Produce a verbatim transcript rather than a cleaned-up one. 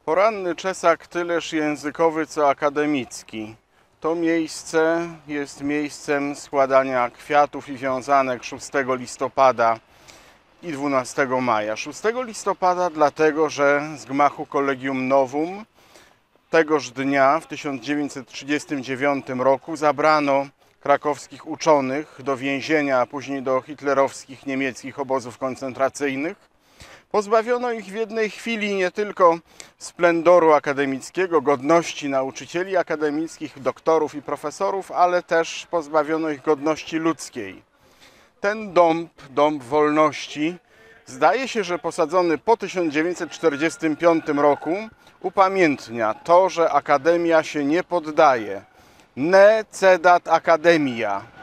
Poranny Czesak tyleż językowy, co akademicki. To miejsce jest miejscem składania kwiatów i wiązanek szóstego listopada i dwunastego maja. szóstego listopada dlatego, że z gmachu Collegium Novum tegoż dnia w tysiąc dziewięćset trzydziestym dziewiątym roku zabrano krakowskich uczonych do więzienia, a później do hitlerowskich niemieckich obozów koncentracyjnych. Pozbawiono ich w jednej chwili nie tylko splendoru akademickiego, godności nauczycieli akademickich, doktorów i profesorów, ale też pozbawiono ich godności ludzkiej. Ten dąb, dąb wolności, zdaje się, że posadzony po tysiąc dziewięćset czterdziestym piątym roku, upamiętnia to, że akademia się nie poddaje. Ne cedat academia.